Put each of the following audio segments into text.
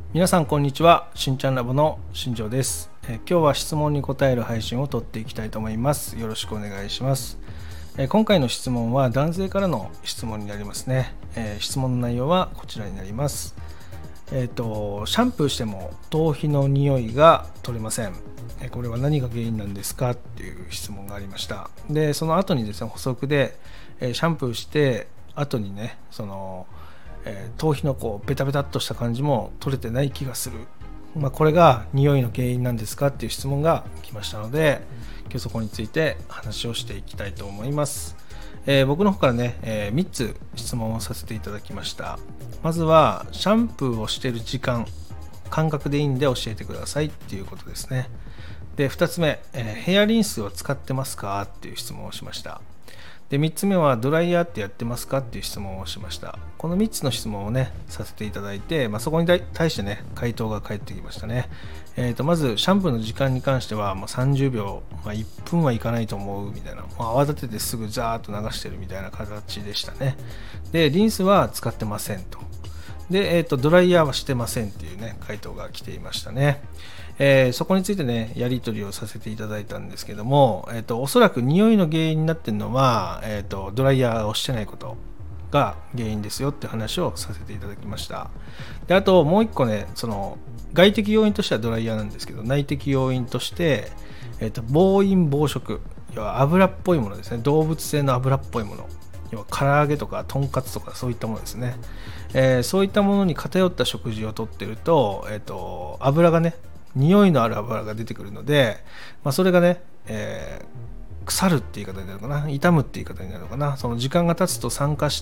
皆さんこんにちは。しんちゃんラボの新庄です。今日は質問に答える配信を撮っていきたいと思います。よろしくお願いします。今回の質問は男性からの質問になりますね。質問の内容はこちらになります。シャンプーしても頭皮の匂いが取れません。これは何が原因なんですかっていう質問がありました。でその後にですね、補足でシャンプーして後にね、頭皮のベタベタっとした感じも取れてない気がする、これが匂いの原因なんですかっていう質問が来ましたので、今日そこについて話をしていきたいと思います。僕の方からね、3つ質問をさせていただきました。まずはシャンプーをしている時間、感覚でいいんで教えてくださいっていうことですね。で2つ目、ヘアリンスを使ってますかっていう質問をしました。で3つ目はドライヤーってやってますかっていう質問をしました。この3つの質問をねさせていただいて、そこに対してね回答が返ってきましたね。まずシャンプーの時間に関しては30秒、1分はいかないと思うみたいな、泡立ててすぐザーッと流してるみたいな形でしたね。でリンスは使ってませんと。で、ドライヤーはしてませんっていうね回答が来ていましたね。そこについてねやり取りをさせていただいたんですけども、おそらく匂いの原因になっているのは、ドライヤーをしてないことが原因ですよって話をさせていただきました。であともう一個ね、外的要因としてはドライヤーなんですけど、内的要因として、暴飲暴食、要は油っぽいものですね。動物性の油っぽいもの、要は唐揚げとかとんかつとかそういったものですね。そういったものに偏った食事をとっていると、油がね、匂いのある油が出てくるので、それがね、腐るって言い方になるのかな、傷むって言い方になるのかな、その時間が経つと酸化して、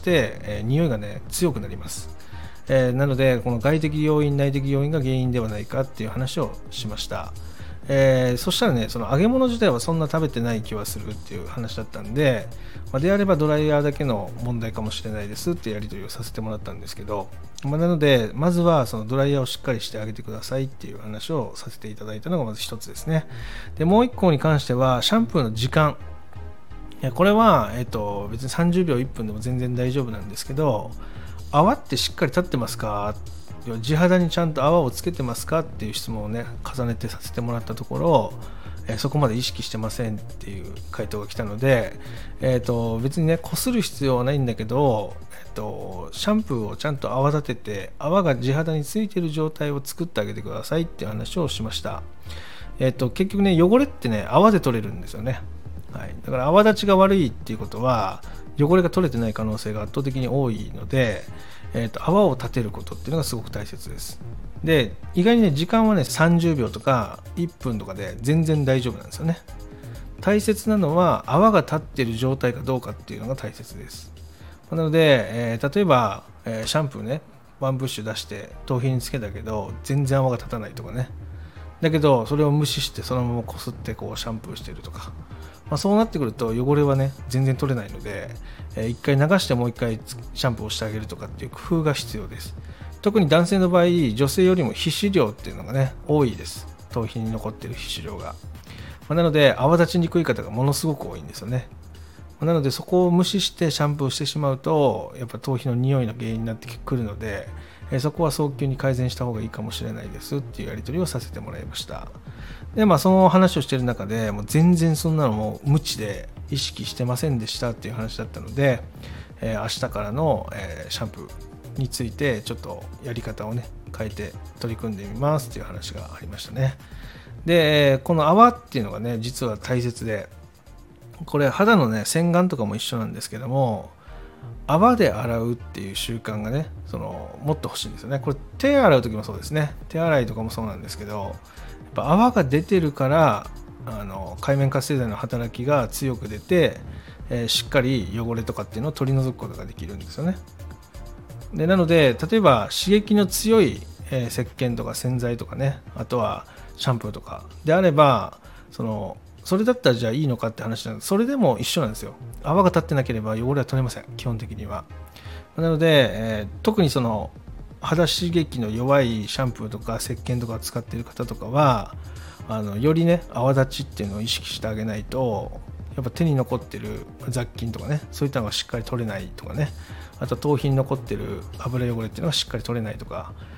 匂いがね強くなります。なのでこの外的要因内的要因が原因ではないかっていう話をしました。そしたらね、その揚げ物自体はそんな食べてない気はするっていう話だったんで、であればドライヤーだけの問題かもしれないですってやり取りをさせてもらったんですけど、なのでまずはそのドライヤーをしっかりしてあげてくださいっていう話をさせていただいたのがまず一つですね。でもう一個に関してはシャンプーの時間、これは、別に30秒1分でも全然大丈夫なんですけど、泡ってしっかり立ってますか、地肌にちゃんと泡をつけてますかっていう質問をね重ねてさせてもらったところ、そこまで意識してませんっていう回答が来たので、別にねこする必要はないんだけど、シャンプーをちゃんと泡立てて泡が地肌についている状態を作ってあげてくださいっていう話をしました。結局ね、汚れってね泡で取れるんですよね。だから泡立ちが悪いっていうことは汚れが取れてない可能性が圧倒的に多いので、泡を立てることっていうのがすごく大切です。で意外にね時間はね30秒とか1分とかで全然大丈夫なんですよね。大切なのは泡が立っている状態かどうかっていうのが大切です。なので、例えば、シャンプーねワンプッシュ出して頭皮につけたけど全然泡が立たないとかね、だけどそれを無視してそのままこすってシャンプーしてるとか、そうなってくると汚れはね全然取れないので、一回流してもう一回シャンプーをしてあげるとかっていう工夫が必要です。特に男性の場合、女性よりも皮脂量っていうのがね多いです。頭皮に残っている皮脂量が、なので泡立ちにくい方がものすごく多いんですよね。なのでそこを無視してシャンプーをしてしまうとやっぱ頭皮の匂いの原因になってくるので、そこは早急に改善した方がいいかもしれないですっていうやり取りをさせてもらいました。でその話をしている中でもう全然そんなのも無知で意識してませんでしたっていう話だったので、明日からの、シャンプーについてちょっとやり方をね変えて取り組んでみますっていう話がありましたね。でこの泡っていうのがね実は大切で、これ肌のね洗顔とかも一緒なんですけども、泡で洗うっていう習慣がねもっと欲しいんですよね。これ手洗う時もそうですね。手洗いとかもそうなんですけど、やっぱ泡が出てるから界面活性剤の働きが強く出て、しっかり汚れとかっていうのを取り除くことができるんですよね。でなので例えば刺激の強い、石鹸とか洗剤とかね、あとはシャンプーとかであればそれだったらじゃあいいのかって話なんです。それでも一緒なんですよ。泡が立ってなければ汚れは取れません、基本的には。なので、特に肌刺激の弱いシャンプーとか石鹸とか使っている方とかはよりね泡立ちっていうのを意識してあげないと、やっぱ手に残ってる雑菌とかね、そういったのがしっかり取れないとかね、あと頭皮に残ってる油汚れっていうのがしっかり取れないとか、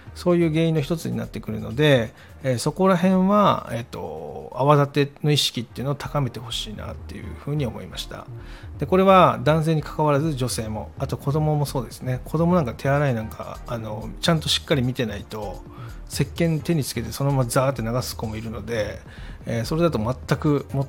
そういう原因の一つになってくるので、そこら辺は、泡立ての意識っていうのを高めてほしいなっていうふうに思いました。でこれは男性に関わらず女性も、あと子供もそうですね。子供なんか手洗いなんかちゃんとしっかり見てないと石鹸手につけてそのままザーって流す子もいるので、それだと全くもって、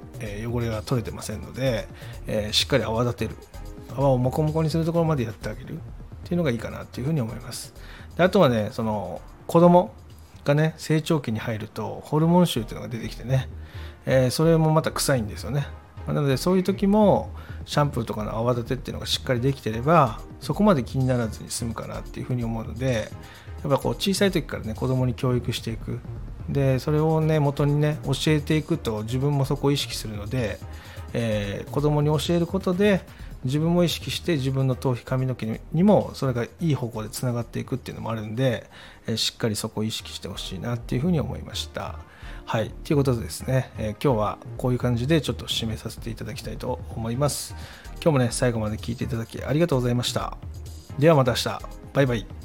汚れが取れてませんので、しっかり泡立てる、泡をモコモコにするところまでやってあげるっていうのがいいかなっていうふうに思います。であとはね、その子供がね成長期に入るとホルモン臭っていうのが出てきてね、それもまた臭いんですよね。なのでそういう時もシャンプーとかの泡立てっていうのがしっかりできてればそこまで気にならずに済むかなっていうふうに思うので、やっぱこう小さい時からね子供に教育していく、でそれをね元にね教えていくと自分もそこを意識するので、子供に教えることで自分も意識して自分の頭皮髪の毛にもそれがいい方向でつながっていくっていうのもあるんで、しっかりそこを意識してほしいなっていうふうに思いました。はい、ということでですね、今日はこういう感じでちょっと締めさせていただきたいと思います。今日もね最後まで聞いていただきありがとうございました。ではまた明日。バイバイ。